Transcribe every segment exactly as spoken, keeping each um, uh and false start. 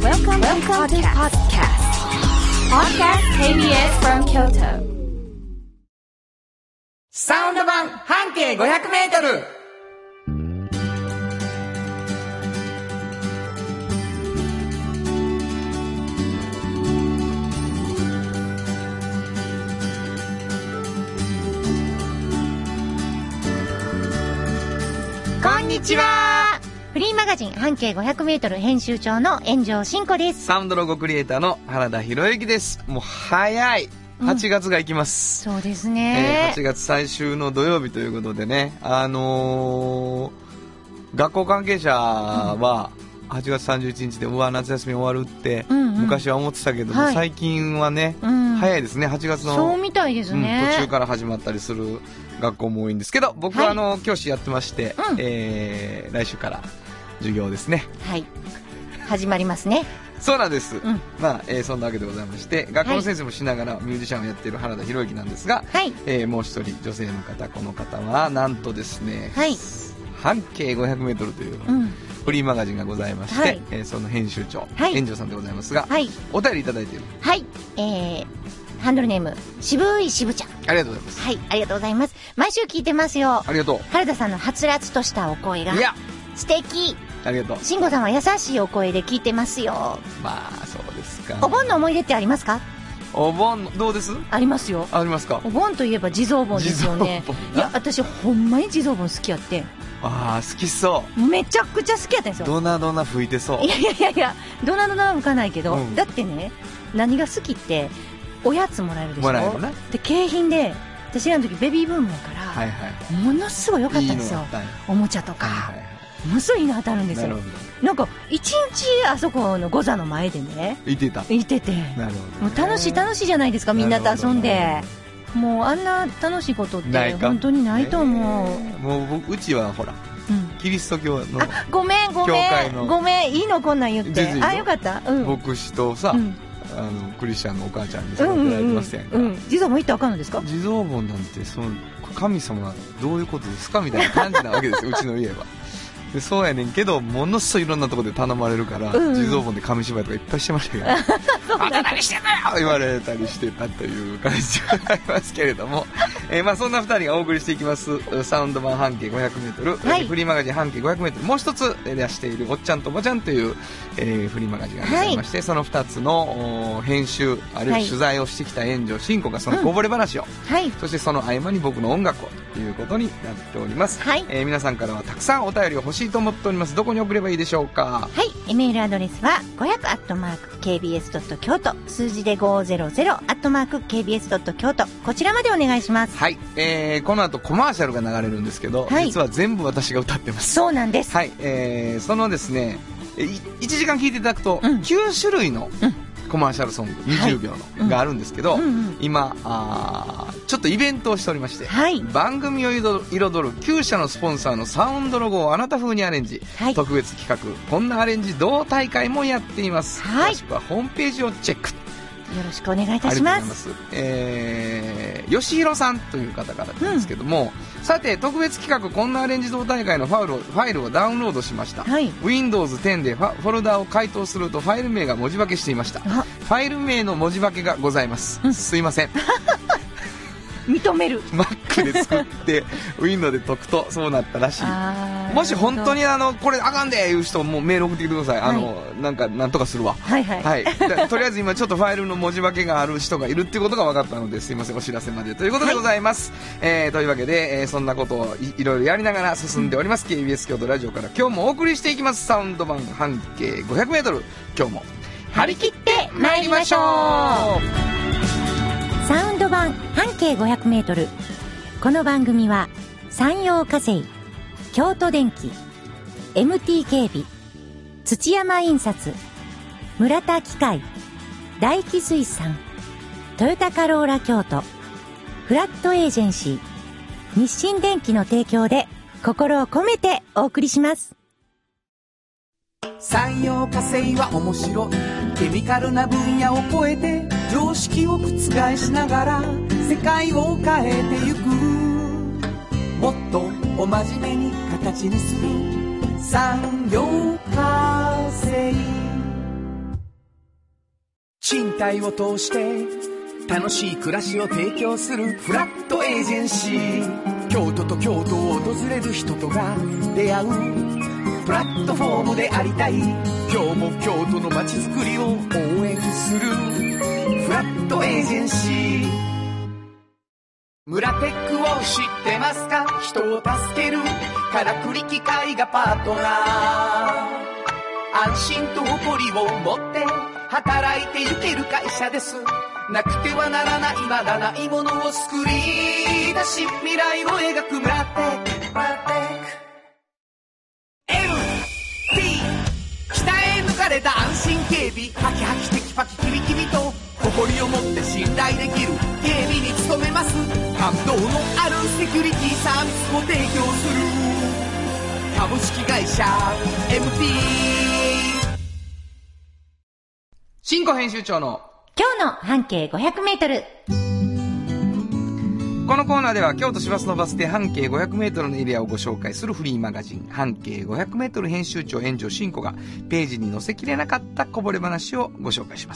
Welcome, Welcome to podcast. Podcast ケービーエス from Kyoto. サウンド版半径ごひゃくメートル。 こんにちは。フリーマガジン半径ごひゃくメートル編集長の炎上真子です。 サウンドロゴクリエイターの原田博之です。もう早いはちがつがいきます、 うん、そうですね、 えー、はちがつ最終の土曜日ということでね、あのー、学校関係者ははちがつさんじゅういちにちでうわ夏休み終わるって、うんうん、昔は思ってたけども、はい、最近はね、うん、早いですね。はちがつのそうみたいですね、 うん、途中から始まったりする学校も多いんですけど、僕はあの、はい、教師やってまして、うん、えー、来週から授業ですね。 はい、始まりますね。 そうなんです、うん、まあ、えー、そんなわけでございまして、学校の先生もしながらミュージシャンをやっている原田博之なんですが、はい、えー、もう一人女性の方、この方はなんとですね、はい、半径ごひゃくメートルという、うん、フリーマガジンがございまして、はい、えー、その編集長、はい、炎上さんでございますが、はい、お便りいただいている。 はい、えー、ハンドルネーム渋い渋ちゃん、 ありがとうございます。 はい、ありがとうございます。毎週聞いてますよ。 ありがとう。 原田さんのはつらつとしたお声が、いや、素敵。 ありがとう。 慎吾さんは優しいお声で聞いてますよ。 まあそうですか。 お盆の思い出ってありますか？ お盆どうです？ ありますよ。 ありますか？ お盆といえば地蔵盆ですよね。いや、私ほんまに地蔵盆好きやって。 ああ、好きそう。 めちゃくちゃ好きやったんですよ。 ドナドナ吹いてそう。 いやいやいやいや、ドナドナは吹かないけど、うん、だってね、何が好きっておやつもらえるでしょ。 もらえるな。 で景品で、私らの時ベビーブームやから、はいはい、ものすごい良かったんですよ。いいおもちゃとか、はいはい、ものすごいいいの当たるんですよ。なるほど。なんか一日あそこのゴザの前でねいてたいてて、なるほど、ね、もう楽しい楽しいじゃないですか、みんなと遊んで。もうあんな楽しいことって本当にないと思う。 もう僕うちはほら、うん、キリスト教のごめんごめんごめん、いいのこんなん言って。あ、よかった、うん、 牧師とさ、うん、あのクリスチャンのお母ちゃんに育てられてますやんか、うんうんうん、 地蔵盆行ったらあかんのですか？ 地蔵盆なんてその神様どういうことですかみたいな感じなわけですようちの家は。でそうやねんけど、ものすごいいろんなところで頼まれるから、うんうん、地蔵盆で紙芝居とかいっぱいしてましたけどあんた何してんだよ言われたりしてたという感じでございますけれども、えー、まあそんなふたりがお送りしていきますサウンド版半径ごひゃくメートル、はい、フリーマガジン半径ごひゃくメートル、もう一つ出しているおっちゃんとおばちゃんという、えー、フリーマガジンがございまして、はい、そのふたつの編集あるいは取材をしてきた炎上真子がそのこぼれ話を、うん、はい、そしてその合間に僕の音楽をということになっております、はい、えー、皆さんからはたくさんお便りを欲しいと思っております。どこに送ればいいでしょうか？ はい、メールアドレスはごひゃくアットマークケービーエスドット京都、数字でごひゃくアットマークケービーエスドット京都、こちらまでお願いします。 はい、えー、この後コマーシャルが流れるんですけど、はい、実は全部私が歌ってます。 そうなんです。 はい、えー、そのですねいちじかん聴いていただくと、うん、きゅうしゅるいの、うん、コマーシャルソングにじゅうびょうの、はい、があるんですけど、うんうんうん、今あちょっとイベントをしておりまして、はい、番組を彩るきゅうしゃのスポンサーのサウンドロゴをあなた風にアレンジ、はい、特別企画こんなアレンジ同大会もやっています、はい、詳しくはホームページをチェック。 よろしくお願いいたします。ありがとうございます。 えー、吉弘さんという方からなんですけども、うん、さて特別企画こんなアレンジ同大会のファイルを、ファイルをダウンロードしました、はい、ウィンドウズテン でファフォルダを解凍するとファイル名が文字化けしていました。ファイル名の文字化けがございます、うん、すいません認める。 Mac で作ってウィンドウで解くとそうなったらしい。もし本当にあのこれあかんでいう人もメール送ってきてください、はい、あのなんかなんとかするわ。はいはい、はい、とりあえず今ちょっとファイルの文字化けがある人がいるっていうことが分かったので、すいませんお知らせまでということでございます、はい、えー、というわけで、えー、そんなことを い, いろいろやりながら進んでおります、うん、ケービーエス 京都ラジオから今日もお送りしていきますサウンド版半径ごひゃくメートル、今日も張り切って参りましょう。 サウンド版半径ごひゃくメートル、この番組は山陽火星、京都電機、 エムティー 警備、土山印刷、村田機械、大気水産、トヨタカローラ京都、フラットエージェンシー、日清電機の提供で心を込めてお送りします。 産業化成は面白いケミカルな分野を超えて常識を覆しながら世界を変えてゆく、もっとお真面目に形にする産業化成。 賃貸を通して楽しい暮らしを提供するフラットエージェンシー、京都と京都を訪れる人とが出会うプラットフォームでありたい。今日も京都の街づくりを応援するフラットエージェンシー。村テックを知ってますか？人を助けるからくり機械がパートナー。安心と誇りを持って働いてゆける会社です。なくてはならないまだないものを作り出し未来を描く村テック。エムティー 北へ抜かれた安心警備、ハキハキテキパキキビキビと誇りを持って信頼できる警備に努めます。感動のあるセキュリティサービスを提供する株式会社 エムティー。 新庫編集長の今日の半径ごひゃくメートル。 このコーナーでは京都市バスのバス停半径ごひゃくメートルのエリアをご紹介するフリーマガジン半径ごひゃくメートル編集長炎上真子がページに載せきれなかったこぼれ話をご紹介します。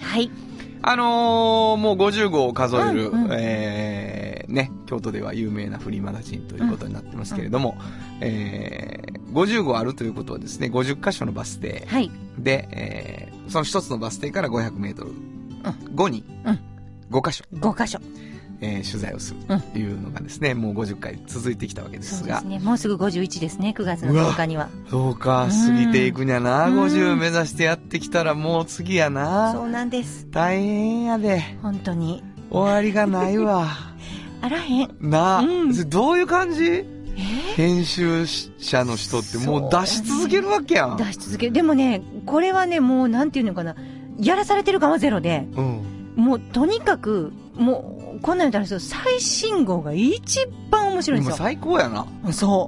はい。 あのー、もうごじゅうごを数える、 うんうん、 えー、ね、京都では有名なフリーマガジンということになってますけれども、うんうん、えー、ごじゅうごあるということはですね、ごじゅっかしょのバス停で、はい、えー、その一つのバス停からごひゃくメートル、うん、ごに、うん、ごかしょ。 ごかしょ。 えー、取材をするというのがですね、うん、もうごじゅっかい続いてきたわけですが。 そうですね。もうすぐごじゅういちですね、くがつのとおかには。 そうか、過ぎていくにゃな、うん、ごじゅう目指してやってきたらもう次やな。 そうなんです。 大変やで。 本当に。 終わりがないわ。 あらへん。 なあ、うん、どういう感じ？ え編集者の人ってもう出し続けるわけやん。 出し続ける。でもね、これはね、もうなんていうのかな、やらされてる感はゼロで、うん、もうとにかく、もう、こんなん言ったら最新号が一番面白いんですよ。 今最高やな。 そう。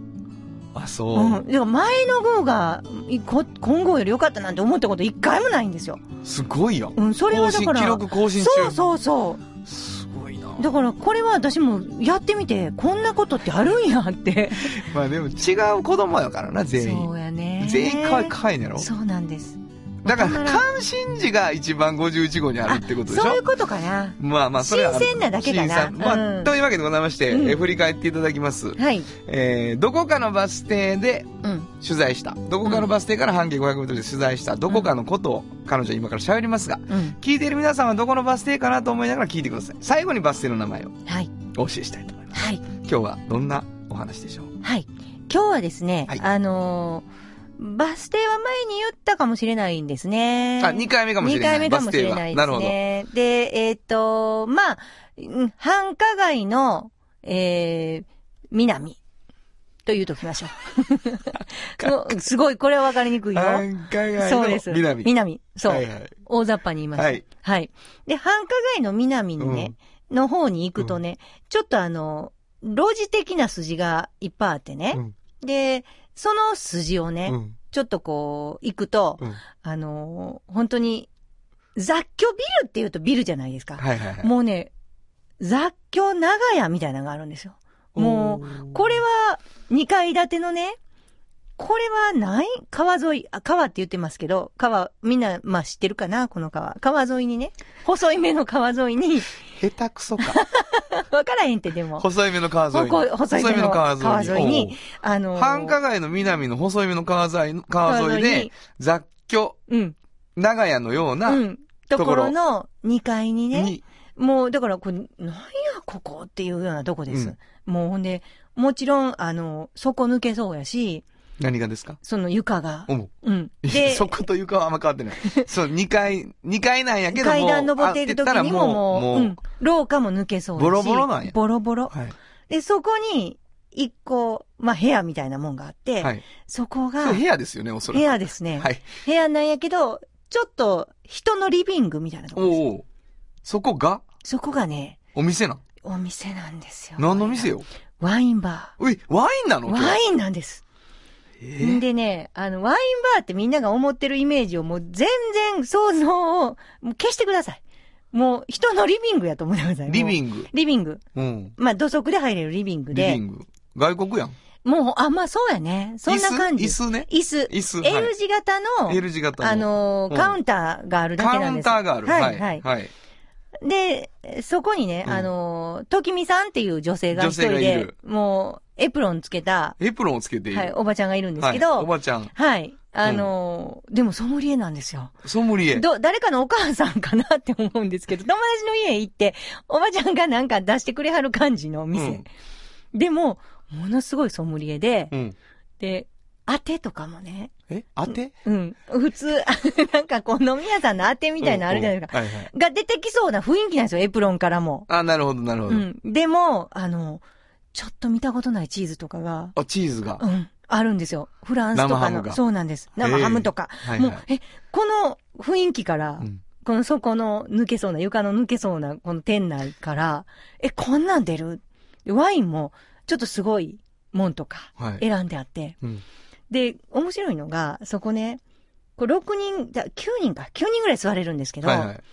あ、そう。 うん。だから前の号が、今号より良かったなんて思ったこと一回もないんですよ。 すごいよ。 うん、それはだから。 記録更新中。 そうそうそう。 すごいな。 だからこれは私もやってみて、こんなことってあるんやって。 まあでも違う子供やからな、全員。 そうやね。 全員かわいいんやろ。 そうなんです。 だから、関心事が一番ごじゅういち号にあるってことでしょ。 そういうことかな。 まあまあ、それは。 新鮮なだけかな。 まあ、うん、というわけでございまして、うん、え振り返っていただきます。はい。えー、どこかのバス停で取材した。うん、どこかのバス停から半径ごひゃくメートルで取材した。どこかのことを彼女は今から喋りますが、うん、聞いている皆さんはどこのバス停かなと思いながら聞いてください。最後にバス停の名前を。はい。お教えしたいと思います。はい。今日はどんなお話でしょう？ はい。今日はですね、はい、あのー、バス停は前に言ったかもしれないんですね。 あ、にかいめかもしれない。 にかいめかもしれないですね。なるほど。で、えっ、ー、と、まあ、繁華街の、えー、南と言うときましょう。すごい、これはわかりにくいよ。 繁華街の南。 そうです。南。南。そう。 はいはい、 大雑把に言います。はい。はい。で、繁華街の南にね、うん、の方に行くとね、うん、ちょっとあの、路地的な筋がいっぱいあってね。うん、で、その筋をね、うん、ちょっとこう、行くと、うん、あのー、本当に、雑居ビルって言うとビルじゃないですか。はいはいはい、もうね、雑居長屋みたいなのがあるんですよ。もう、これはにかい建てのね、これはない川沿い、あ、川って言ってますけど、川、みんな、まあ知ってるかなこの川。川沿いにね、細い目の川沿いに。 下手くそか。 わからへんってでも。 細い目の川沿いに。 細い目の川沿いに。あのー、 繁華街の南の細い目の川沿い、川沿いで、雑居、うん、長屋のような、うん、 ところのにかいにね、にもう、だから、これ、なんや、ここっていうようなとこです。うん、もう、ほんで、もちろん、あの、底抜けそうやし、 何がですか？ その床が。 うん。うん。で、そこと床はあんま変わってない。そう、にかい、にかいなんやけども。 階段登っている時にももう、もう、うん、廊下も抜けそうだし。 ボロボロなんや。 ボロボロ。はい。で、そこに、一個、まあ、部屋みたいなもんがあって、はい。そこが。 それ部屋ですよね、おそらく。 部屋ですね。はい。部屋なんやけど、ちょっと、人のリビングみたいなところです。おお。 そこがそこがね。 お店なん？ お店なんですよ。 何の店よ？ ワインバー。 うい、ワインなの？ ワインなんです。んでね、あの、ワインバーってみんなが思ってるイメージをもう全然想像をもう消してください。もう人のリビングやと思ってください。 リビングリビング。うん。まあ土足で入れるリビングで。 リビング。外国やん。 もう、あ、まあそうやね。そんな感じ。 椅子ね。 椅子。 椅子。はい、 L 字型の、 L 字型の。 あのー、カウンターがあるだけなんです。 カウンターがある。 はい。はい。 はい。 で、そこにね、うん、あのー、ときみさんっていう女性が一人で、もう、エプロンつけた。 エプロンをつけている。 はい、おばちゃんがいるんですけど。 はい、おばちゃん。 はい。あのーうん、でもソムリエなんですよ。 ソムリエど、誰かのお母さんかなって思うんですけど、友達の家行って、おばちゃんがなんか出してくれはる感じの店。うん、でも、ものすごいソムリエで、うん、で、当てとかもね。 え当てうん。普通、なんかこう飲み屋さんの当てみたいなのあるじゃないですか。うんうんはいはい、が出てきそうな雰囲気なんですよ、エプロンからも。 あ、なるほど、なるほど。うん。 でも、あの、ちょっと見たことないチーズとかが。 あ、チーズが。 うん。あるんですよ。フランスとかの。 生ハムが。 そうなんです。生ハムとか。はいはい、もう、え、この雰囲気から、うん、この底の抜けそうな、床の抜けそうな、この店内から、え、こんなん出る？ワインも、ちょっとすごいもんとか、選んであって、はいうん、で、面白いのが、そこね、こうろくにん、じゃきゅうにんか、きゅうにんぐらい座れるんですけど、はいはい、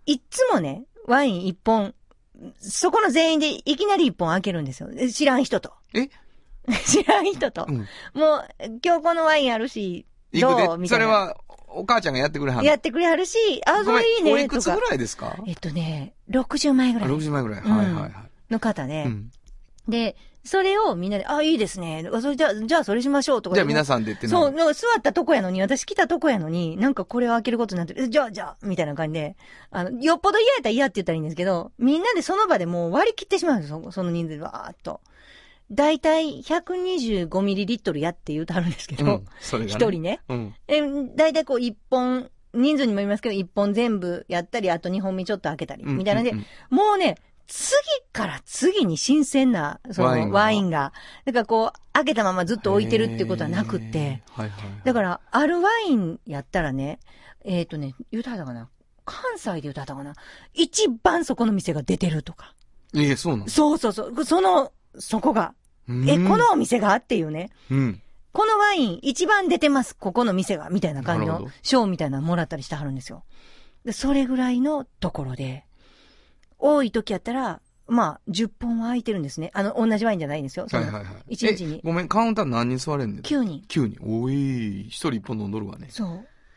いつもね、ワインいっぽん、そこの全員でいきなりいっぽん開けるんですよ。知らん人と。 え知らん人と。うん、もう、今日このワインあるし、どうみたいな。 それは、お母ちゃんがやってくれはるやってくれはるし、あ、それいいね。 おいくつぐらいですか？ えっとね、ろくじゅうまえぐらい。 ろくじゅうまえぐらい。はいはいはい。 の方で、うん、で、それをみんなで、あ、いいですね。それじゃあ、じゃあそれしましょうとか。 じゃあ皆さんでってそう、座ったとこやのに、私来たとこやのに、なんかこれを開けることになってる。じゃあ、じゃあ、みたいな感じで、あの、よっぽど嫌やったら嫌って言ったらいいんですけど、みんなでその場でもう割り切ってしまうんですよ。その人数でわーっと。だいたい ひゃくにじゅうごミリリットル やって言うとあるんですけど、うん、それがね。一人ね。うん。え、だいたいこう一本、人数にもよりますけど、一本全部やったり、あと二本目ちょっと開けたり、みたいなで、うんうんうん、もうね、次から次に新鮮な、そのワインが。ワインがだからこう、開けたままずっと置いてるってことはなくって。はいはいはい、だから、あるワインやったらね、えっ、ー、とね、言うたはったかな関西で言うたはったかな一番そこの店が出てるとか。 ええー、そうなの？ そうそうそう。その、そこが。え、このお店がっていうね。うん。このワイン一番出てます、ここの店が。みたいな感じの賞みたいなのもらったりしてはるんですよ。で、それぐらいのところで、多い時やったら、まあ、じゅっぽんは空いてるんですね。あの、同じワインじゃないんですよ。はいはいはい。いちにちに。 ごめん、カウンター何人座れんねん？ きゅう 人。 きゅうにん。おい、一人一本飲んどるわね。 そう。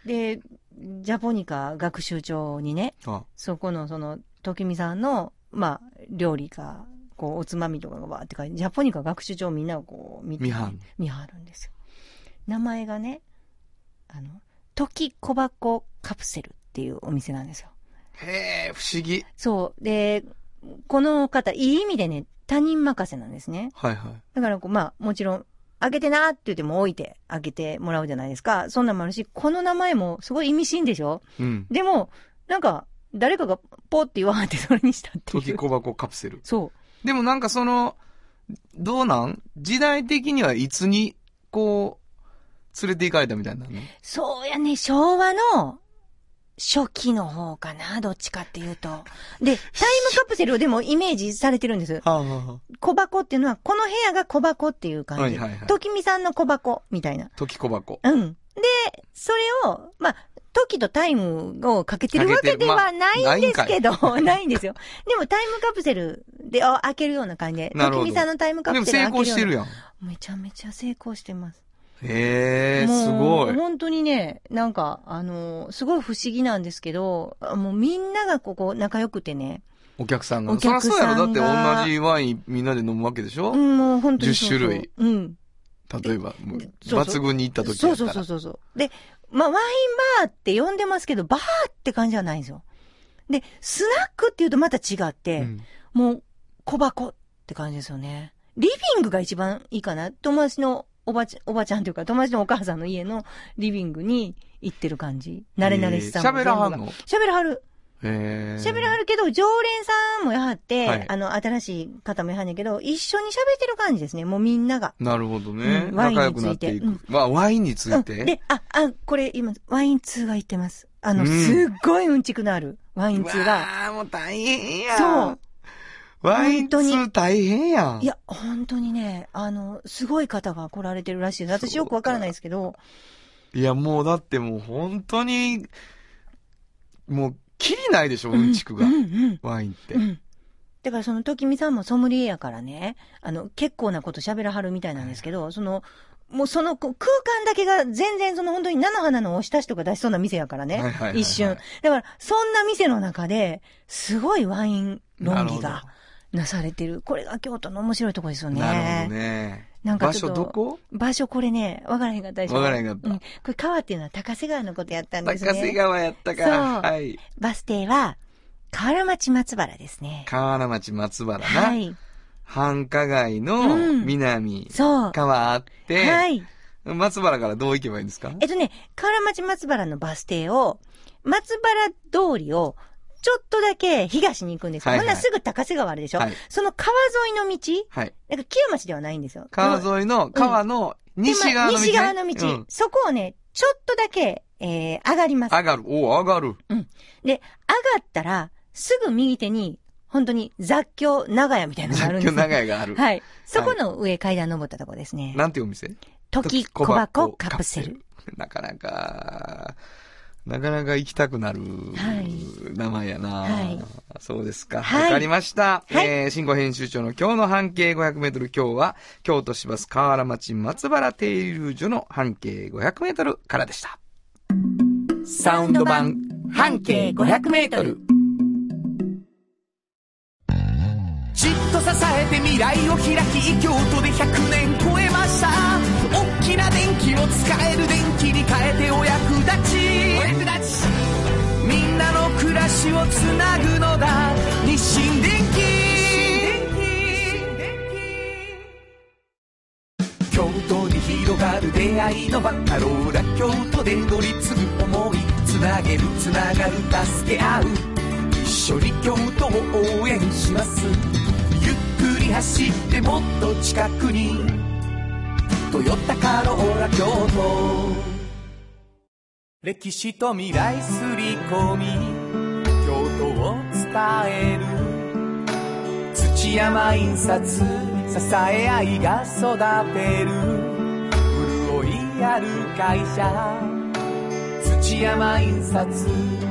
で、ジャポニカ学習帳にね、ああそこのその、ときみさんの、まあ、料理か、こう、おつまみとかがわーって書いて、ジャポニカ学習帳をみんなをこう、見て、見はる。見はるんですよ。名前がね、あの、時小箱カプセルっていうお店なんですよ。 へえ、不思議。 そう。で、この方、いい意味でね、他人任せなんですね。はいはい。だからこう、まあ、もちろん、開けてなって言っても置いて開けてもらうじゃないですか。そんなんもあるし、この名前もすごい意味深でしょ？うん。でも、なんか、誰かがポって言わはってそれにしたっていう。 時小箱カプセル。 そう。 でもなんかその、どうなん時代的にはいつに、こう、連れて行かれたみたいなの？ そうやね、昭和の、初期の方かな、どっちかっていうと。で、タイムカプセルをでもイメージされてるんです。はあはあ、小箱っていうのは、この部屋が小箱っていう感じ。はいはいはい。時見さんの小箱みたいな。 時小箱。 うん。で、それを、まあ、時とタイムをかけてるわけではないんですけど、まあ、ないんですよ。でもタイムカプセルで開けるような感じで、時見さんのタイムカプセル開けるような。 でも成功してるやん。 めちゃめちゃ成功してます。 へえ、すごい。 本当にね、なんか、あのー、すごい不思議なんですけど、もうみんながここ仲良くてね。 お客さんが。お客さんが。そりゃそうやろ。だって同じワインみんなで飲むわけでしょ？ うん、もう本当にそうそう。 じゅっしゅるい。うん。例えば、もう抜群に行った時だったら。そうそうそうそう。で、まあ、ワインバーって呼んでますけど、バーって感じじゃないんですよ。で、スナックって言うとまた違って、うん、もう、小箱って感じですよね。リビングが一番いいかな。友達のおばちゃん、おばちゃんというか、友達のお母さんの家のリビングに行ってる感じ。慣れ慣れしさも。 喋らはんの？ 喋らはる。 へー。 喋らはるけど、常連さんもやはって、はい、あの、新しい方もやはんねんけど、一緒に喋ってる感じですね。もうみんなが。 なるほどね。うん、ワインについて。仲良くなっていく。うん、ワインについて、うん、 で、あ、あ、これ今、ワイン通が言ってます。あの、うん、すっごいうんちくのあるワイン通が。 ああ、もう大変や。 そう。 ワイン通大変やん。 いや、本当にね、あの、すごい方が来られてるらしいです。私よくわからないですけど。 いや、もうだってもう本当に、もう、きりないでしょ、うんちくが。うんうん、ワインって。うん、 だからその時美さんもソムリエやからね、あの、結構なこと喋らはるみたいなんですけど、その、もうその空間だけが全然その本当に菜の花のおひたしとか出しそうな店やからね、はいはいはいはい、一瞬。だからそんな店の中ですごいワイン論議がなされてる。これが京都の面白いところですよね。 なるほどね。 なんかちょっと場所どこ？ 場所これね、わからへんかったでしょ。 わからへんかった。うん。これ川っていうのは高瀬川のことやったんですね。 高瀬川やったか。 そう。 はい。 バス停は河原町松原ですね。 河原町松原な。 はい。 繁華街の南、うん、そう。川あって、はい。松原からどう行けばいいんですか？ えっとね、河原町松原のバス停を、松原通りを、ちょっとだけ東に行くんですよ。はいはい、ほんならすぐ高瀬川あるでしょ、はい、その川沿いの道、はい。なんか清町ではないんですよ。 川沿いの川の西側の道、ね、 西側の道、うん。そこをね、ちょっとだけ、えー、上がります。 上がる。お上がる。 うん。で、上がったら、すぐ右手に、本当に雑居長屋みたいなのがあるんですよ。 雑居長屋がある。 はい。そこの上階段登ったとこですね。はい、 なんていうお店？ 時小箱カプセル。 なかなか、なかなか行きたくなる名前やな、はい、そうですか。わ、はい、かりました。はい、えー、新語編集長の今日の半径ごひゃくメートル。今日は京都市バス河原町松原停留所の半径ごひゃくメートルからでした。 サウンド版半径ごひゃくメートル。じっと支えて未来を開き、京都でひゃくねん超えました。大きな電気を使える電気に変えてお役立ち、お役立ち。みんなの暮らしをつなぐのだ、日清電気。京都に広がる出会いの場、カローラ京都で乗り継ぐ思い、つなげるつながる助け合う、一緒に京都を応援します。ゆっくり走ってもっと近くに、トヨタカローラ京都。歴史と未来すり込み、京都を伝える土山印刷、支え合いが育てる潤いある会社、土山印刷。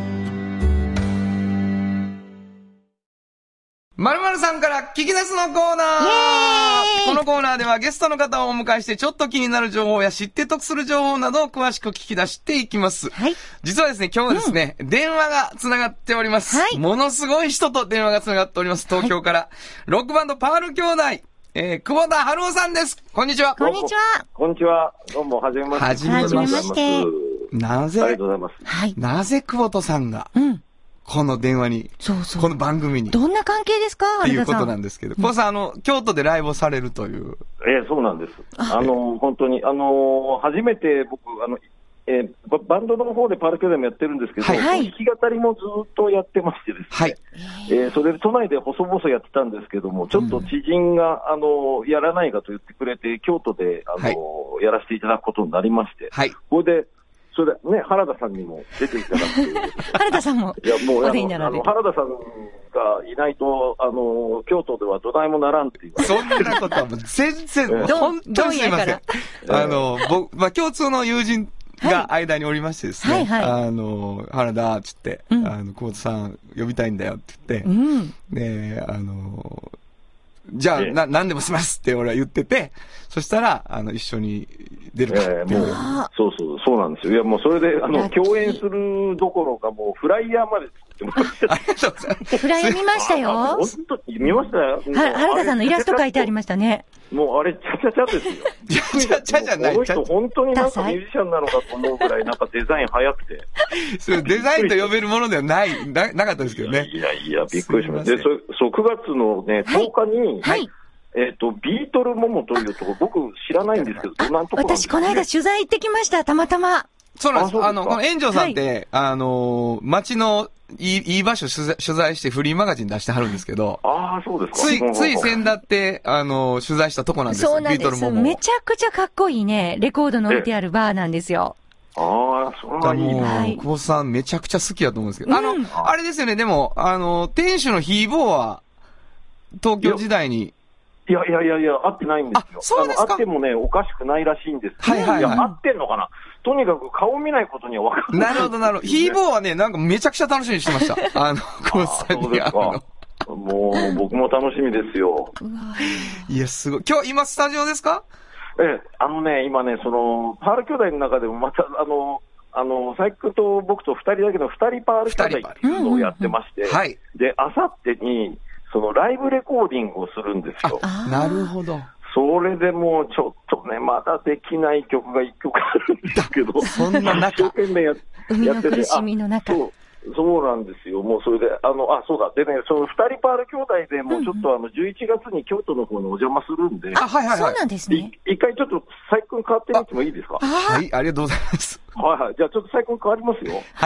〇〇さんから聞き出すのコーナー。このコーナーではゲストの方をお迎えしてちょっと気になる情報や知って得する情報などを詳しく聞き出していきます。はい。実はですね、今日はですね、うん、電話がつながっております。はい。ものすごい人と電話がつながっております。東京から。はい、ロックバンドパール兄弟、えー、久保田春夫さんです。こんにちは。 こんにちは。 こんにちは。どうも、はじめまして。 はじめまして。 なぜ、 ありがとうございます。 はい。なぜ久保田さんが、うん。この電話に、そうそう。この番組に。 どんな関係ですか？ っていうことなんですけど。久保さん、あの、京都でライブをされるという。 ええ、そうなんです。あの、本当に、あの、初めて僕、あの、えー、バンドの方でパール兄弟もやってるんですけど、はい、弾き語りもずっとやってましてですね。はい。えー、それで都内で細々やってたんですけども、ちょっと知人が、うん、あの、やらないかと言ってくれて、京都で、あの、はい、やらせていただくことになりまして、はい。これで、それでね、原田さんにも出ていただく。 原田さんも。いや、もう、 あの、あの原田さんがいないと、あの、京都では土台もならんっていう。 そんなことはもう全然、本当にすいません。あの、僕、まあ、共通の友人が間におりましてですね。はいはいはい、あの、原田、つって、うん、あの、久保田さん呼びたいんだよって言って、うん、で、あの、じゃあ、な、何でもしますって俺は言ってて、そしたら、あの、一緒に出るかって、えー、もう、 そうそう、そうなんですよ。いや、もうそれで、あの、共演するどころか、もう、フライヤーまで作ってもらって。 ありがとうございます。フライヤー見ましたよ。 本当に見ましたよ。 は、原田さんのイラスト書いてありましたね。 もうあれ、ちゃちゃちゃですよ。 ちゃちゃじゃない。 この人、本当になんかミュージシャンなのかと思うぐらい、なんかデザイン早くて。 それデザインと呼べるものではない、な、なかったですけどね。 いやいや、びっくりしました。で、そう、くがつのね、とおかに、はい。えっと、ビートルモモというところ、僕知らないんですけど、どんなところなんですか？ 私、この間取材行ってきました、たまたま。 そうなんです。あの、この炎上さんって、はい、あの、街のいい、いい場所取材、取材してフリーマガジン出してはるんですけど。 ああ、そうですか。 つい、つい先だって、あの、取材したとこなんですよ。 そうなんです。 ビートルモモ。 めちゃくちゃかっこいいね、レコードの置いてあるバーなんですよ。 ああ、そんないいね。 はい。久保さんめちゃくちゃ好きだと思うんですけど。うん、あの、あれですよね、でも、あの、店主のヒーボーは、東京時代に、 いやいやいやいや、会ってないんですよ。 あ、そうですか。 会ってもね、おかしくないらしいんですけど。はいはいはい。いや、会ってんのかな。とにかく顔見ないことには分かんない。 なるほどなるほど。ヒーボーはね、なんかめちゃくちゃ楽しみにしてました。あの、久保さんに。 そうですか。 もう僕も楽しみですよ。 いや、すごい。今日、今スタジオですか？ ええ、あのね、今ね、その、パール兄弟の中でもまた、あの、あの、佐伯君と僕と二人だけの二人パール兄弟っていうのをやってまして、 はい。 で、あさってに、そのライブレコーディングをするんですよ。 あ、なるほど。 それでもうちょっとね、まだできない曲が一曲あるんですけど、 そんな中、 一生懸命ややってて、 しみの中。 そう、そうなんですよ。もうそれで、あの、あ、そうだ。でね、その二人パール兄弟でもうちょっとあの、じゅういちがつに京都の方にお邪魔するんで、 あ、はいはいはい。 そうなんですね。 一回ちょっと、佐伯君変わってみてもいいですか？ はい、ありがとうございます。 はいはい。じゃあちょっと佐伯君変わりますよ。 はい。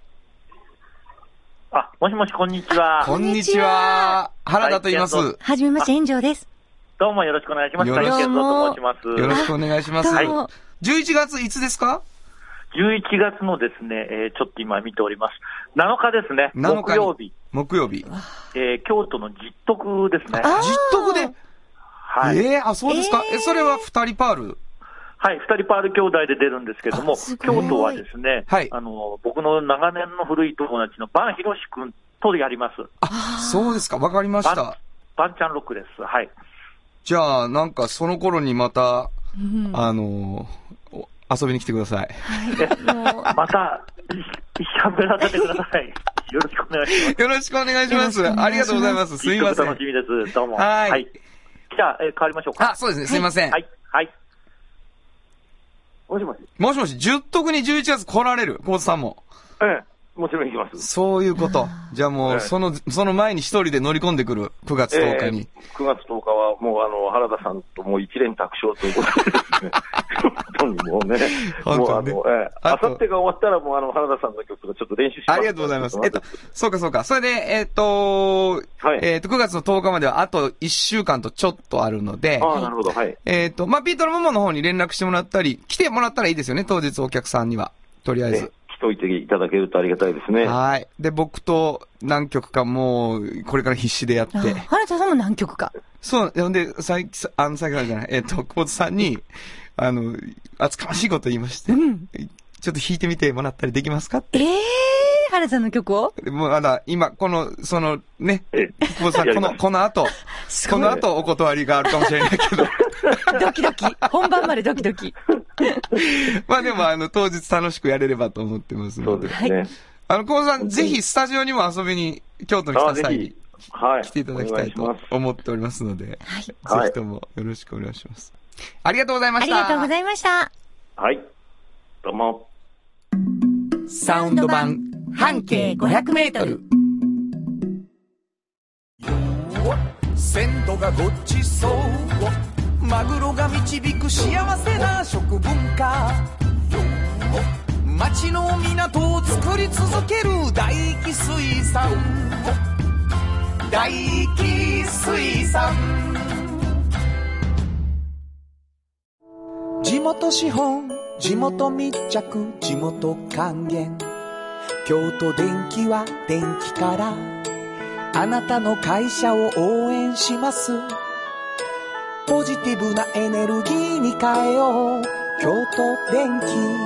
あ、もしもし、こんにちは。 こんにちは。原田と言います。 はじめまして、炎上です。 どうもよろしくお願いします。 よろしくと申します。 よろしくお願いします。 はい。 じゅういちがついつですか？ じゅういちがつのですね、えー、ちょっと今見ております。なのかですね。 なのか木曜日。 木曜日。 えー、京都の実徳ですね。 実徳で。 はい。 えー、あ、そうですか。えー、それは二人パール？ はい、二人パール兄弟で出るんですけども、京都はですね、 はい。 あの、僕の長年の古い友達のバンヒロシ君とやります。 あ、そうですか。わかりました。 バンちゃんロックです。はい。 じゃあ、なんかその頃にまた、うん、あの、遊びに来てください。 はい。また、喋らせてください。よろしくお願いします。 よろしくお願いします。ありがとうございます。すいません。 楽しみです。どうも。 はい。 はい。じゃあ、えー、変わりましょうか。 あ、そうですね。すいません。 はい。はい。 もしもし。 もしもし、十徳にじゅういちがつ来られる、コーツさんも。 ええ。もちろん行きます。 そういうこと。じゃあもう、その、その前に一人で乗り込んでくる、くがつとおかに。 えー、くがつとおかは、もうあの、原田さんともう一連卓勝ということでですね。本当にもうね。もうあの、えー、あさってが終わったらもうあの、原田さんの曲とかちょっと練習します。 ありがとうございます。えっと、そうかそうか。それで、えっと、はい、えっと、くがつのとおかまではあといっしゅうかんとちょっとあるので。 ああ、なるほど。はい。 えっと、まあ、ビートのママの方に連絡してもらったり、来てもらったらいいですよね、当日お客さんには。とりあえず。ね、 といていただけるとありがたいですね。 はい。で、僕と何曲かもう、これから必死でやって。 原田さんも何曲か。 そう。で、さい、あの、さっきからじゃない、えっと、久保田さんに、あの、厚かましいこと言いまして、うん、ちょっと弾いてみてもらったりできますかって。 ええー、原田さんの曲をもう、まだ、今、この、その、ね、久保田さん、この、この後、この後お断りがあるかもしれないけど。 ドキドキ。本番までドキドキ。 まあでも、あの、当日楽しくやれればと思ってますので。 そうですね。 あの、久保田さん、ぜひスタジオにも遊びに、京都に来た際に、はい。来ていただきたいと思っておりますので、はい。ぜひともよろしくお願いします。ありがとうございました。 ありがとうございました。 はい。どうも。 サウンド版、半径ごひゃくメートル。鮮度がごちそうマグロが導く幸せな食文化町の港を作り続ける大気水産大気水産地元資本地元密着地元還元京都電気は電気からあなたの会社を応援しますポジティブなエネルギーに変えよう京都電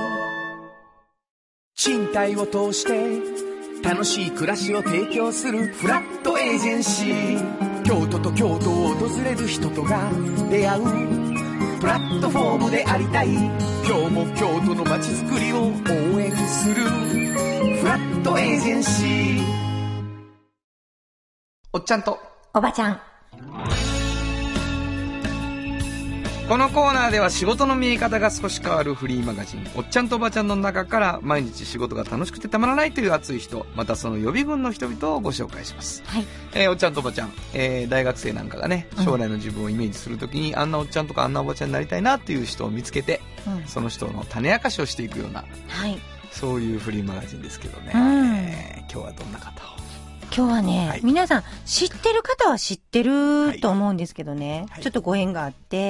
気賃貸を通して楽しい暮らしを提供するフラットエージェンシー京都と京都を訪れる人とが出会うプラットフォームでありたい今日も京都の街づくりを応援するフラットエージェンシーおっちゃんとおばちゃん。 このコーナーでは仕事の見え方が少し変わるフリーマガジンおっちゃんとおばちゃんの中から毎日仕事が楽しくてたまらないという熱い人またその予備軍の人々をご紹介します、はいえー、おっちゃんとおばちゃん、えー、大学生なんかがね将来の自分をイメージするときに、うん、あんなおっちゃんとかあんなおばちゃんになりたいなっていう人を見つけて、うん、その人の種明かしをしていくような、はい、そういうフリーマガジンですけどね、うんえー、今日はどんな方を今日はね、はい、皆さん知ってる方は知ってると思うんですけどね、はい、ちょっとご縁があって、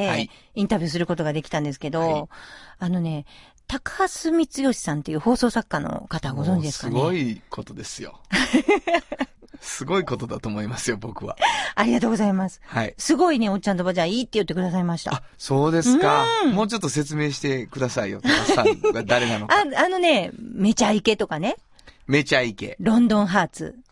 はい、インタビューすることができたんですけど、はい、あのね、高須光義さんっていう放送作家の方ご存知ですかね。 すごいことですよ。すごいことだと思いますよ、僕は。 ありがとうございます。 はい。 すごいね、おっちゃんとばちゃんいいって言ってくださいました。 あ、そうですか。もうちょっと説明してくださいよ、高須さんが誰なのか。 あ、あのね、めちゃイケとかね。 めちゃイケ。 ロンドンハーツ。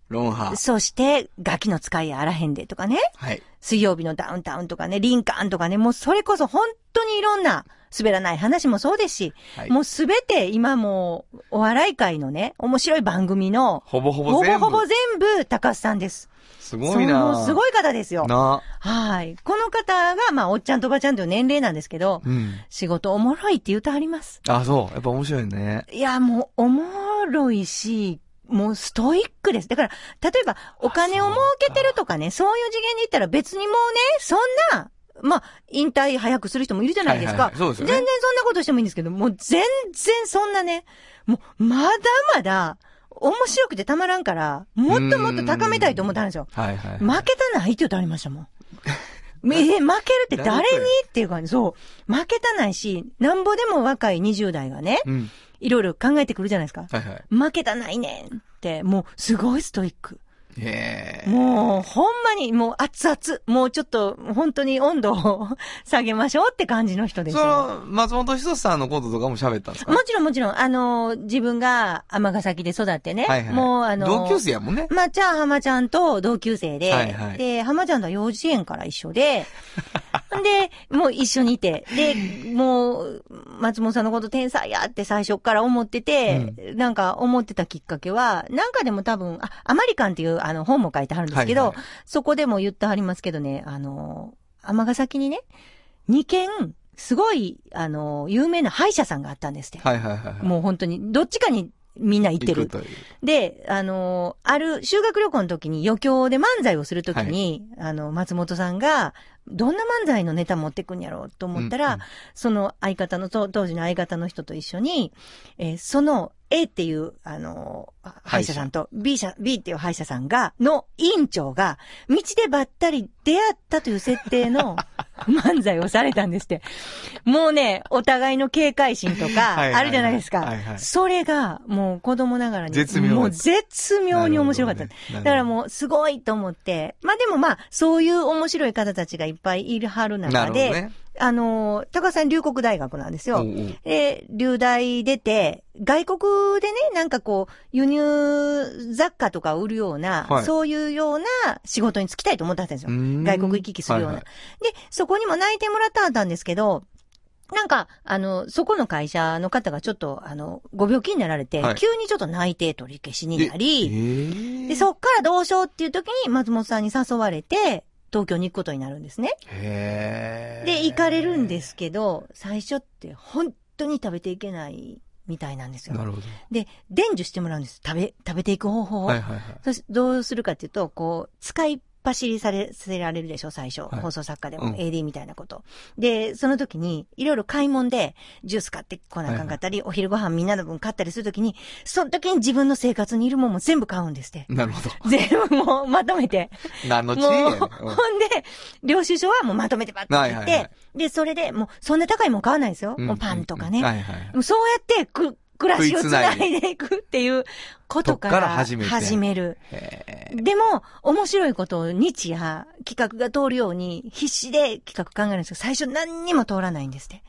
ロンハー。 そして、ガキの使いやあらへんでとかね。 はい。 水曜日のダウンタウンとかね、リンカーンとかね、もうそれこそ本当にいろんな、滑らない話もそうですし、はい、もうすべて今もう、お笑い界のね、面白い番組の、 ほぼほぼ全部。 ほぼほぼ全部、高須さんです。 すごいな。 すごい方ですよ。 な。 はい。この方が、まあ、おっちゃんとおばちゃんという年齢なんですけど、うん、仕事おもろいって言うとあります。 あ、そう。やっぱ面白いね。 いや、もう、おもろいし、もうストイックです。だから、例えば、お金を儲けてるとかね、そういう次元で言ったら別にもうね、そんな、まあ、引退早くする人もいるじゃないですか。はいはいはい、そうですよね。全然そんなことしてもいいんですけど、もう全然そんなね、もうまだまだ面白くてたまらんから、もっともっと高めたいと思ったんですよ。はいはいはい、負けたないって言うとありましたもん。え、負けるって誰にっていう感じ。そう。負けたないし、なんぼでも若いにじゅう代がね、うん、いろいろ考えてくるじゃないですか。はいはい、負けたないねんって、もうすごいストイック。 へーもう、ほんまに、もう熱々、もうちょっと、本当に温度を下げましょうって感じの人ですよ。 その、松本人志さんのこととかも喋ったんですか？ もちろんもちろん、あの、自分が尼崎で育ってね。はいはい、もう、あの、 同級生やもんね。 まっちゃん、浜ちゃんと同級生で、はいはい、で、浜ちゃんとは幼稚園から一緒で、で、もう一緒にいて、で、もう、松本さんのこと天才やって最初から思ってて、うん、なんか思ってたきっかけは、なんかでも多分、あ、アマリカンっていう、あの、本も書いてはるんですけど、はいはい、そこでも言ってはりますけどね、あの、尼崎にね、にけん、すごい、あの、有名な歯医者さんがあったんですって。 はいはいはい、はい。 もう本当に、どっちかにみんな行ってる。で、あの、ある修学旅行の時に余興で漫才をする時に、はい、あの、松本さんが、どんな漫才のネタ持ってくんやろうと思ったら、うんうん、その相方の、当時の相方の人と一緒に、えー、その A っていう、あの、歯医者さんと B 社、B っていう歯医者さんが、の院長が、道でばったり出会ったという設定の漫才をされたんですって。もうね、お互いの警戒心とか、あるじゃないですか。はいはい、それが、もう子供ながらに、 絶妙。 もう絶妙に面白かった。ね、だからもう、すごいと思って、まあでもまあ、そういう面白い方たちがいっぱいいるはる中で、ね、あの、高橋さん龍谷大学なんですよ。で、龍大出て、外国でね、なんかこう、輸入雑貨とかを売るような、はい、そういうような仕事に就きたいと思ってたんですよ。外国行き来するような、はいはい。で、そこにも内定もらってはったんですけど、なんか、あの、そこの会社の方がちょっと、あの、ご病気になられて、はい、急にちょっと内定取り消しになり、で、そっからどうしようっていう時に松本さんに誘われて、東京に行くことになるんですね。 へー。 で、行かれるんですけど、最初って本当に食べていけないみたいなんですよ。 なるほど。 で、伝授してもらうんです。食べ、食べていく方法を。はいはいはい。そしてどうするかっていうと、こう、使いっ走りされ、されられるでしょ、最初。はい、放送作家でも、うん、エーディー みたいなこと。で、その時に、いろいろ買い物で、ジュース買ってこなあかんかったり、はいはい、お昼ご飯みんなの分買ったりする時に、その時に自分の生活にいるもんも全部買うんですって。 なるほど。 全部もうまとめて。 何の知恵やねん。ほんで、領収書はもうまとめてバッと買って、はいはいはい、で、それで、もう、そんな高いもん買わないですよ。うん、もうパンとかね。うんうんはいはい、もうそうやってく、暮らしをつないでいくっていうことから始め、始める。でも、面白いことを日夜企画が通るように必死で企画考えるんですけど、最初何にも通らないんですって。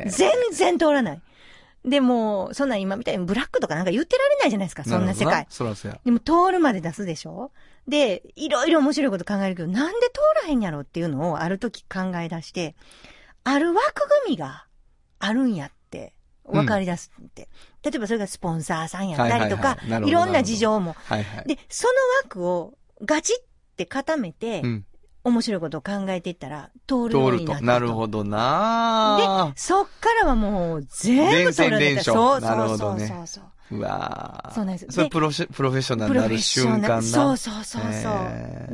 全然通らない。でも、そんな今みたいにブラックとかなんか言ってられないじゃないですか、そんな世界。 そらそうや。 でも通るまで出すでしょ？で、いろいろ面白いこと考えるけど、なんで通らへんやろっていうのをある時考え出して、ある枠組みがあるんやって分かり出すって。うん例えばそれがスポンサーさんやったりとか、いろんな事情も、はいはい。で、その枠をガチって固めて、うん、面白いことを考えていったら、通るようになったと。 なるほどなで、そっからはもう全部通るんだ。 そうそうそうそうそう。 うわそうなんです。 それプロシェ、プロフェッショナルになる瞬間な。 そうそうそうそう。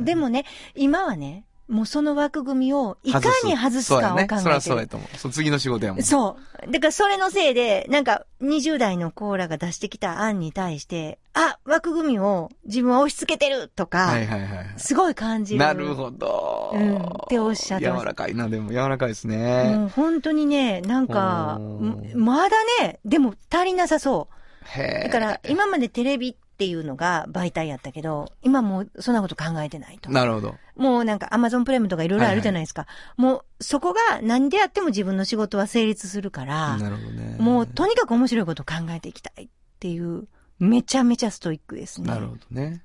でもね、今はね、もうその枠組みをいかに外すかを考えてる。 そりゃそうやと思う。そ次の仕事やもん。 そう。だからそれのせいで、なんかにじゅう代のコーラが出してきた案に対して、あ、枠組みを自分は押し付けてるとか、はいはいはい、すごい感じる。 なるほど。 うん。っておっしゃってます。 柔らかいな、でも柔らかいですね。 もう本当にね、なんか、まだね、でも足りなさそう。へー。だから今までテレビっていうのが媒体やったけど、今もうそんなこと考えてないと。 なるほど。 もうなんか Amazon プライムとかいろいろあるじゃないですか。はいはい、もうそこが何であっても自分の仕事は成立するから、 なるほどね。 もうとにかく面白いことを考えていきたいっていう、めちゃめちゃストイックですね。 なるほどね。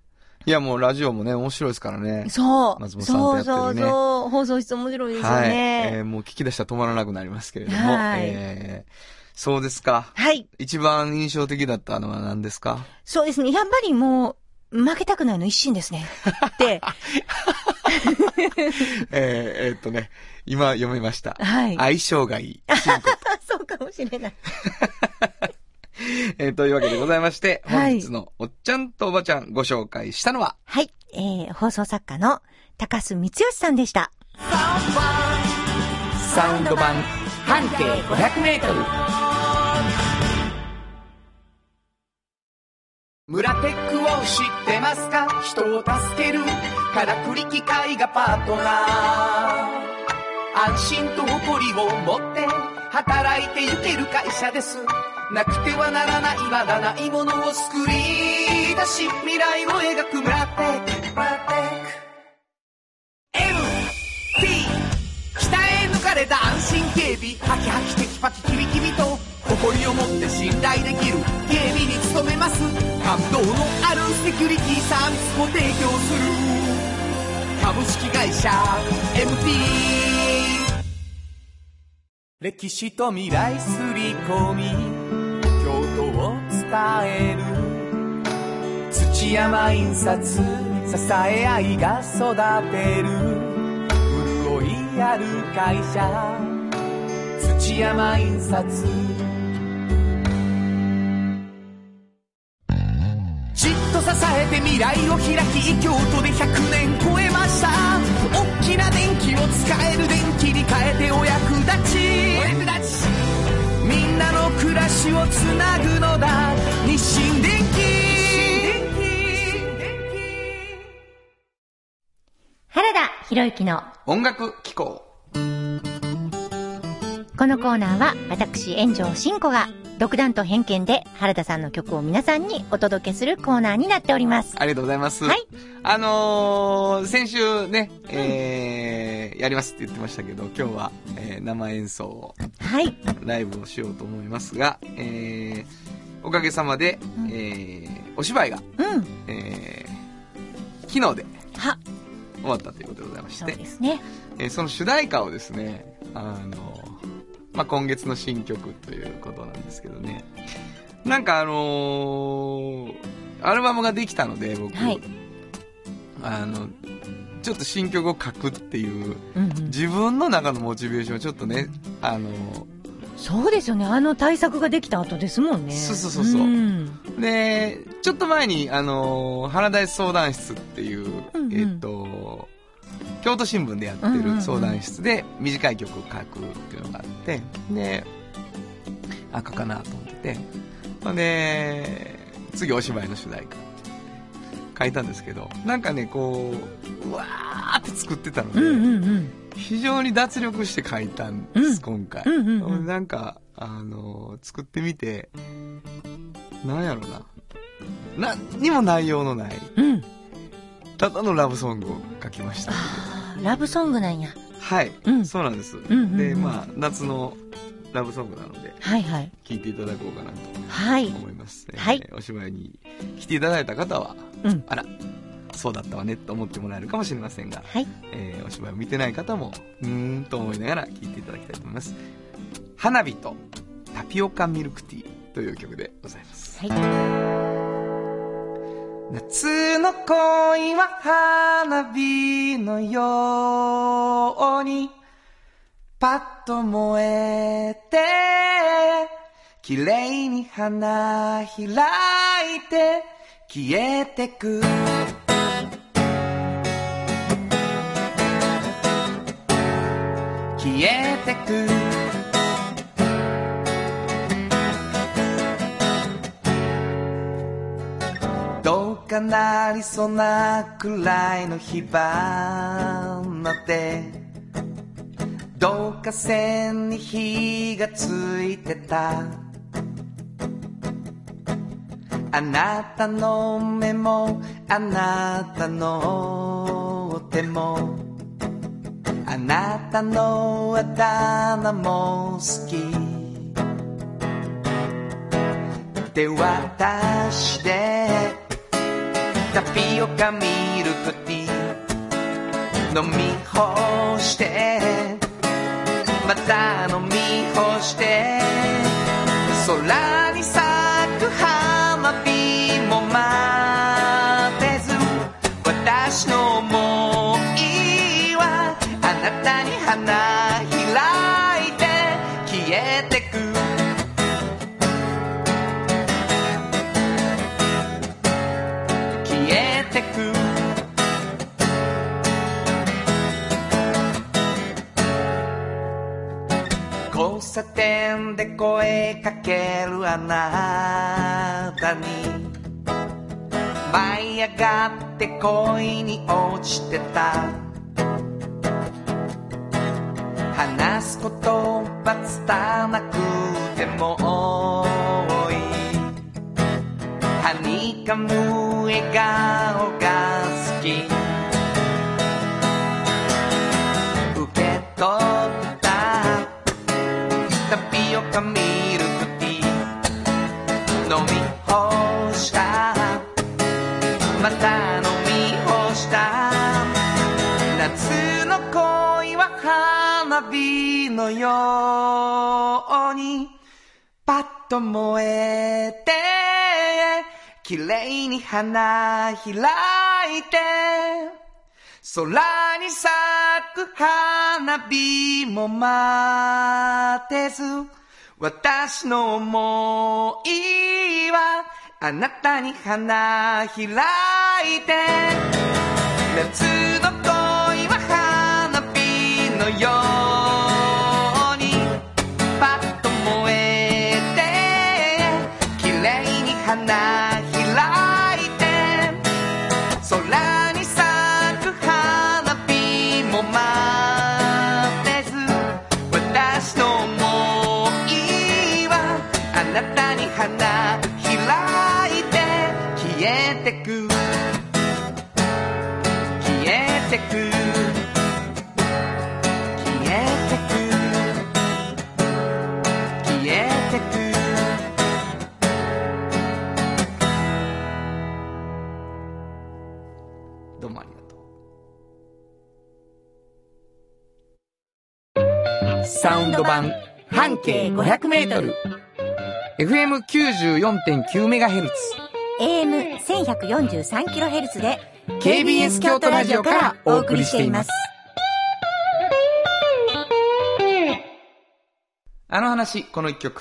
いやもうラジオもね、面白いですからね。 そう。 松本さんとやってるね。 そうそうそう。放送室面白いですよね。 はい。えー、もう聞き出したら止まらなくなりますけれども。はい。えー、そうですか。 はい。一番印象的だったのは何ですか？ そうですね。やっぱりもう、負けたくないの一心ですね。で、 えー、えー、っとね、今読みました。 はい。 相性がいい。 そうかもしれない。 えー、というわけでございまして、本日のおっちゃんとおばちゃんご紹介したのは、 はい、えー、放送作家の高須光義さんでした。 サウンド版半径ごひゃくメートル。村テックを知ってますか？人を助けるからくり機械がパートナー。安心と誇りを持って働いてゆける会社です。なくてはならないまだないものを作り出し未来を描くブラテック。ブラテック エムティー 北へ抜かれた安心警備。ハキハキテキパキキビキビと誇りを持って信頼できる警備に努めます。感動のあるセキュリティサービスも提供する株式会社 エムティー。 歴史と未来すり込み京都を伝える土山印刷。支え合いが育てる潤いある会社土山印刷。じっと支えて未来を開き京都でひゃくねん超えました。大きな電気を使える電気に変えてお役立ち。お役立ちみんなの暮らしをつなぐのだ日清電気。 原田博之の音楽機構。 このコーナーは私炎上真子が独断と偏見で原田さんの曲を皆さんにお届けするコーナーになっております。 ありがとうございます。 はい。 あのー、先週ね、うん、えー、やりますって言ってましたけど、今日は、えー、生演奏を、 はい。 ライブをしようと思いますが、えー、おかげさまで、うん、えー、お芝居が、 うん、 えー、昨日で、 は、 終わったということでございまして、 そうですね。 えー、その主題歌をですね、あの、まあ、今月の新曲ということなんですけどね、なんかあのー、アルバムができたので僕、はい、あのちょっと新曲を書くっていう、うんうん、自分の中のモチベーションをちょっとね、あのー、 そうですよね、あの対策ができた後ですもんね。 そうそうそうそう、うん、でちょっと前にあのー、花大相談室っていう、うんうん、えっと京都新聞でやってる相談室で短い曲を書くっていうのがあって、であ書かなと思ってで次お芝居の主題歌書いたんですけど、なんかねこううわーって作ってたので、うんうんうん、非常に脱力して書いたんです、うん、今回、うんうんうん、なんかあの作ってみてなんやろな、何にも内容のない、うん、ただのラブソングを書きました。 ラブソングなんや。 はい、うん、そうなんです、うんうんうん、でまあ夏のラブソングなので、 はいはい、 聴いていただこうかなと思います、 はい、 えー、お芝居に来ていただいた方は、うん、あらそうだったわねと思ってもらえるかもしれませんが、 はい、 えー、お芝居を見てない方もうーんと思いながら聴いていただきたいと思います。花火とタピオカミルクティーという曲でございます。 はい。 夏の恋は花火のようにパッと燃えて綺麗に花開いて消えてく消えてくどうかなりそうなくらいの火花で導火線に火がついてたあなたの目もあなたの手もあなたのあだ名も好き手渡しでタピピオカミルクティー飲み干してまた飲み干して空に咲く花火も待てず私の想いはあなたに花開いて消えてく消えてく交差点で声かけるあなたに舞い上がって恋に落ちてた話す言葉伝なくてもいいはにかむ笑顔が好き受け取ったタピオカミルクティー飲み干したまた飲み干した夏の恋は花火のようにパッと燃えて綺麗に花開いて空に咲く花火も待てず私の想いはあなたに花開いて夏の恋は花火のようにパッと燃えて綺麗に花開いて空に咲く花火も待てず私の想いはあなたに花開いて消えてく消えてく消えてく消えてくどうもありがとう。サウンド版半径ごひゃくメートル エフエムきゅうじゅうよんてんきゅうメガヘルツエーエムせんひゃくよんじゅうさんキロヘルツ でケービーエス 京都ラジオからお送りしています。あの話この一曲。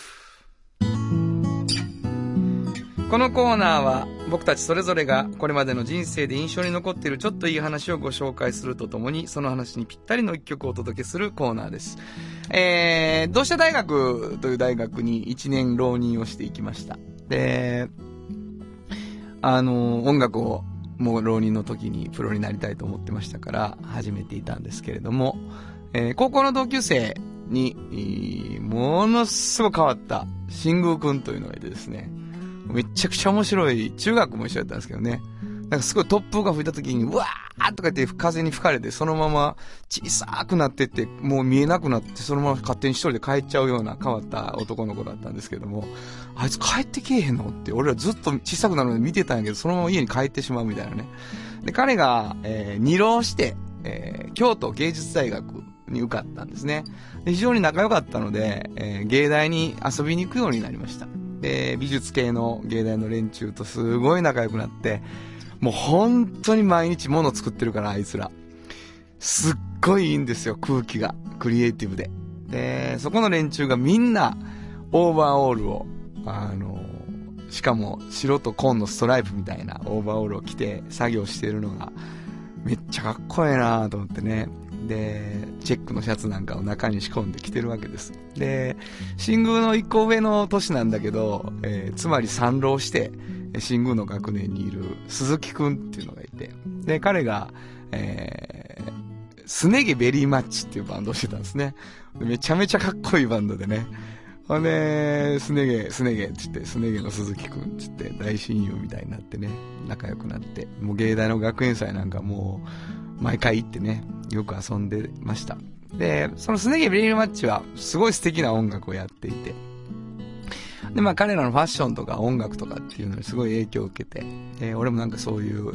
このコーナーは僕たちそれぞれがこれまでの人生で印象に残っているちょっといい話をご紹介するとともにその話にぴったりの一曲をお届けするコーナーです。えー、同志社大学という大学にいちねん浪人をしていきました。で、あの音楽をもう浪人の時にプロになりたいと思ってましたから始めていたんですけれども、えー、高校の同級生にものすごく変わった新宮くんというのがいてですね、めちゃくちゃ面白い、中学も一緒だったんですけどね、なんかすごい突風が吹いた時にうわーとか言って風に吹かれてそのまま小さくなってってもう見えなくなってそのまま勝手に一人で帰っちゃうような変わった男の子だったんですけども、あいつ帰ってけえへんのって俺らずっと小さくなるので見てたんやけどそのまま家に帰ってしまうみたいなね。で彼が、えー、二浪して、えー、京都芸術大学に受かったんですね。で非常に仲良かったので、えー、芸大に遊びに行くようになりました。で美術系の芸大の連中とすごい仲良くなって、もう本当に毎日物作ってるからあいつらすっごいいいんですよ、空気がクリエイティブで。でそこの連中がみんなオーバーオールをあのしかも白と紺のストライプみたいなオーバーオールを着て作業してるのがめっちゃかっこええなと思ってね。でチェックのシャツなんかを中に仕込んで着てるわけです。で新宮の一個上の年なんだけど、えー、つまり三浪して新宮の学年にいる鈴木くんっていうのがいて、で彼が、えー、スネゲベリーマッチっていうバンドをしてたんですね。めちゃめちゃかっこいいバンドでね。ほんでスネゲスネゲって言ってスネゲの鈴木くんって言って大親友みたいになってね、仲良くなって、もう芸大の学園祭なんかもう毎回行ってねよく遊んでました。でそのスネゲベリーマッチはすごい素敵な音楽をやっていて、でまあ彼らのファッションとか音楽とかっていうのにすごい影響を受けて、で俺もなんかそういう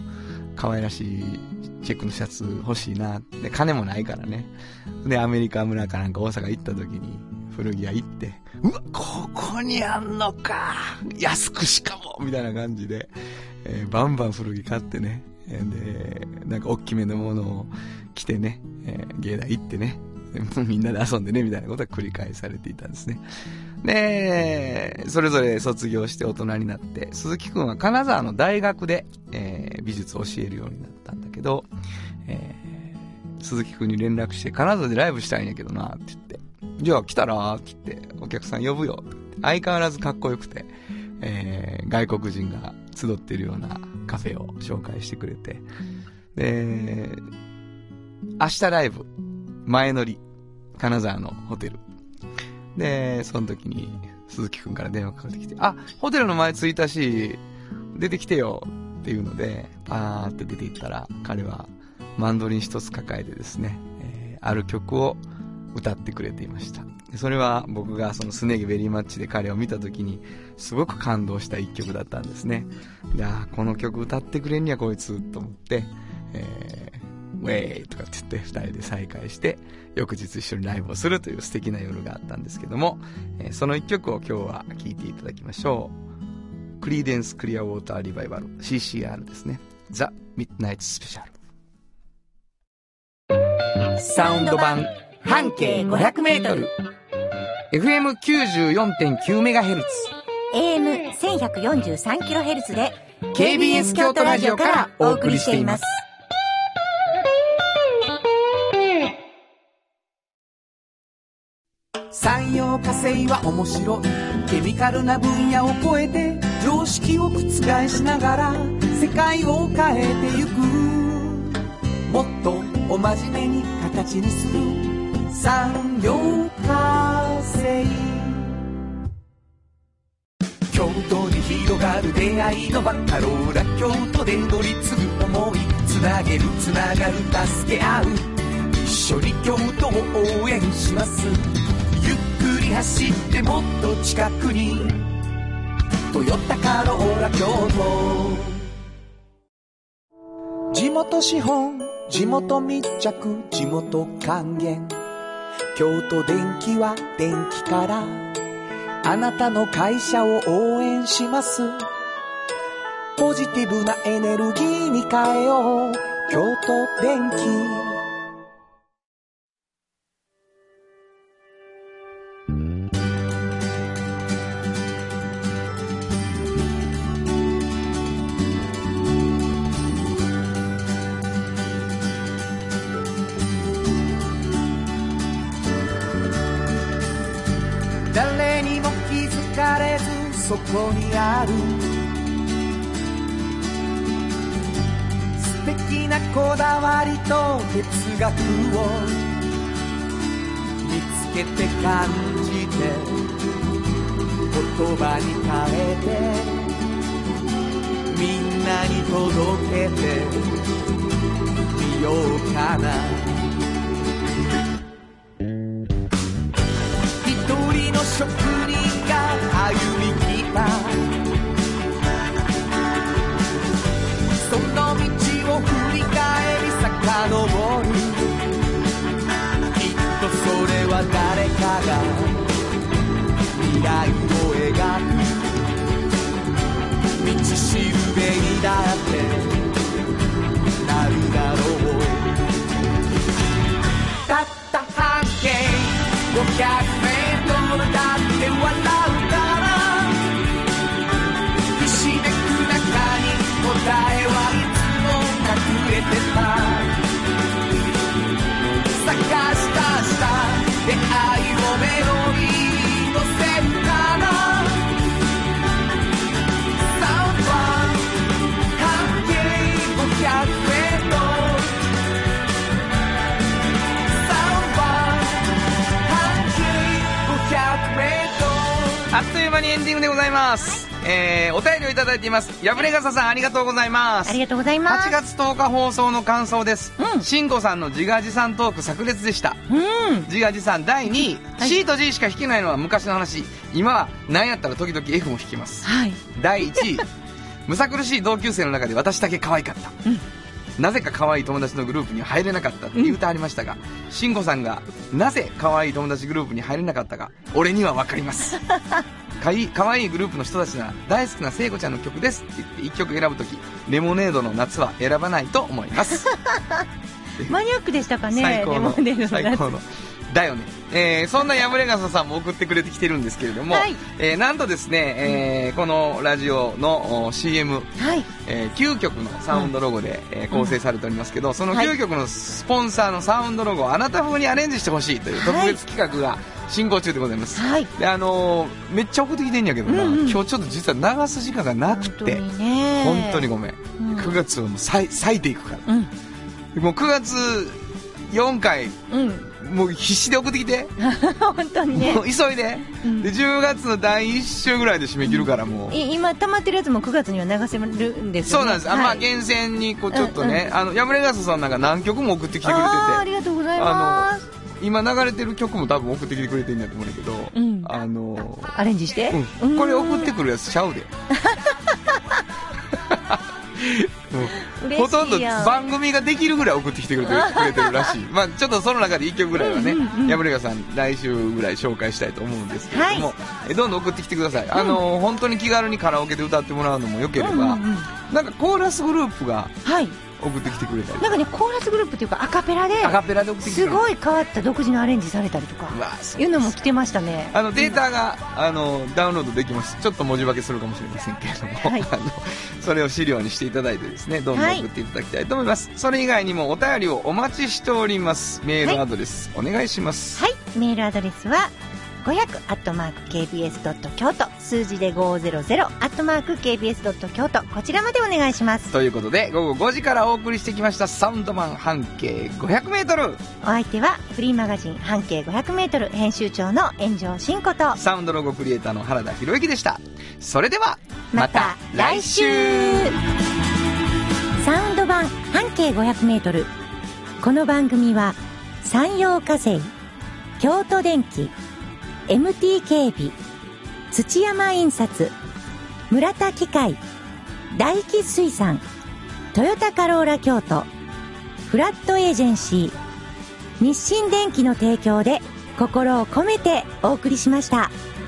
可愛らしいチェックのシャツ欲しいな。で、金もないからね。で、アメリカ村かなんか大阪行った時に、古着屋行って、うわ、ここにあんのか、安くしかもみたいな感じで、えー、バンバン古着買ってね、で、なんか大きめのものを着てね、えー、芸大行ってね、みんなで遊んでねみたいなことが繰り返されていたんですね。で、それぞれ卒業して大人になって、鈴木くんは金沢の大学で、えー、美術を教えるようになったんだけど、えー、鈴木くんに連絡して、金沢でライブしたいんやけどなって言って、じゃあ来たらって言って、お客さん呼ぶよって。相変わらずかっこよくて、えー、外国人が集っているようなカフェを紹介してくれて、で、明日ライブ、前乗り、金沢のホテル。で、その時に鈴木くんから電話かかってきて、あ、ホテルの前着いたし、出てきてよっていうので、パーって出て行ったら、彼はマンドリン一つ抱えてですね、えー、ある曲を歌ってくれていました。それは僕がそのスネギベリーマッチで彼を見た時にすごく感動した一曲だったんですね。で、あ、この曲歌ってくれんにはこいつと思って、えー、ウェイとかって言って二人で再会して翌日一緒にライブをするという素敵な夜があったんですけども、えー、その一曲を今日は聴いていただきましょう。クリーデンスクリアウォーターリバイバル シーシーアール ですね。ザ・ミッドナイトスペシャルサウンド版半径 ごひゃくメートル エフエムきゅうじゅうよんてんきゅうメガヘルツエーエムせんひゃくよんじゅうさんキロヘルツ でケービーエス 京都ラジオからお送りしています。 産業化成は面白いケミカルな分野を超えて常識を覆しながら世界を変えてゆく、もっとお真面目に形にする産業化成。京都に広がる出会いの場、カローラ京都で乗り継ぐ思い、つなげるつながる助け合う、一緒に京都を応援します。ゆっくり走ってもっと近くに、トヨタカローラ京都。地元資本、地元密着、地元還元、京都電気は電気からあなたの会社を応援します。ポジティブなエネルギーに変えよう、京都電気。誰にも気づかれずそこにある素敵なこだわりと哲学を見つけて感じて言葉に変えてみんなに届けてみようかな。職人が歩み来たその道を振り返り遡る、きっとそれは誰かが未来を描く道しるべにだってなるだろう。たった半径ごひゃくメートルだって笑うからひしめく中に答えはいつも隠れてた。探し出した出会いをメロディーに乗せるからサウンドは半径ごひゃくメートル、 あっという間にエンディングでございます。えー、お便りをいただいています。やぶれがささん、ありがとうございます。 ありがとうございます。 はちがつとおか放送の感想です。 うん、 しんこさんの自画自賛トーク炸裂でした。 うん、 自画自賛だいにい、はい、C と G しか弾けないのは昔の話。今は何やったら時々 F も弾きます。 はい、 だいいちい、むさ苦しい同級生の中で私だけ可愛かった。 うん、 なぜか可愛い友達のグループに入れなかったって言うてありましたが、慎吾さんがなぜ可愛い友達グループに入れなかったか俺には分かりますかい可愛いグループの人たちなら大好きな聖子ちゃんの曲ですって言っていっきょく選ぶときレモネードの夏は選ばないと思いますマニアックでしたかね。 最高のレモネードの夏最高のだよね、えー、そんな破れ傘さんも送ってくれてきてるんですけれども、はい、えー、なんとですね、えー、このラジオの シーエム、はい、えー、きゅうきょくのサウンドロゴで、うん、えー、構成されておりますけど、うん、そのきゅうきょくのスポンサーのサウンドロゴをあなた風にアレンジしてほしいという特別企画が進行中でございます、はい、であのー、めっちゃ送ってきてんやけどな、うんうん、今日ちょっと実は流す時間がなくて本当にね、本当にごめん、うん、くがつを咲いていくから、うん、もうくがつよんかい、うん、もう必死で送ってきて本当にね、 もう急いで、うん、でじゅうがつのだいいっ週ぐらいで締め切るからもう、うん、 今溜まってるやつもくがつには流せるんですよね。 そうなんです、はい、あ、まあ厳選にこうちょっとね、うんうん、あのやぶれがささんなんか何曲も送ってきてくれてて、 あ, ありがとうございます。 今流れてる曲も多分送ってきてくれてるんだと思うんだけど、うん、あのアレンジして、 うん、これ送ってくるやつちゃうでもうほとんど番組ができるぐらい送ってきてくれてるらしいまあちょっとその中でいっきょくぐらいはね、やぶれがさん来週ぐらい紹介したいと思うんですけれども、はい、えどんどん送ってきてください、うん、あの本当に気軽にカラオケで歌ってもらうのもよければ、うんうんうん、なんかコーラスグループが、はい、送ってきてくれたり、 なんかねコーラスグループっていうかアカペラでアカペラで送ってきてくれたり、 すごい変わった独自のアレンジされたりとかいうのも来てましたね。 あのデータが、うん、あのダウンロードできます。ちょっと文字化けするかもしれませんけれども、はい、あのそれを資料にしていただいてですね、どんどん送っていただきたいと思います、はい、それ以外にもお便りをお待ちしております。メールアドレス、はい、お願いします。 はい、メールアドレスはごひゃくアットマーク ケービーエスドットキョウト、数字でごひゃくアットマーク ケービーエスドットキョウト、こちらまでお願いします。 ということで午後ごじからお送りしてきましたサウンド版半径ごひゃくメートル、 お相手はフリーマガジン半径ごひゃくメートル編集長の炎上真子とサウンドロゴクリエイターの原田博之でした。それではまた来週。サウンド版半径ごひゃくメートル、この番組は山陽火星、京都電機、エムティー 警備、土山印刷、村田機械、大気水産、トヨタカローラ京都、フラットエージェンシー、日清電機の提供で心を込めてお送りしました。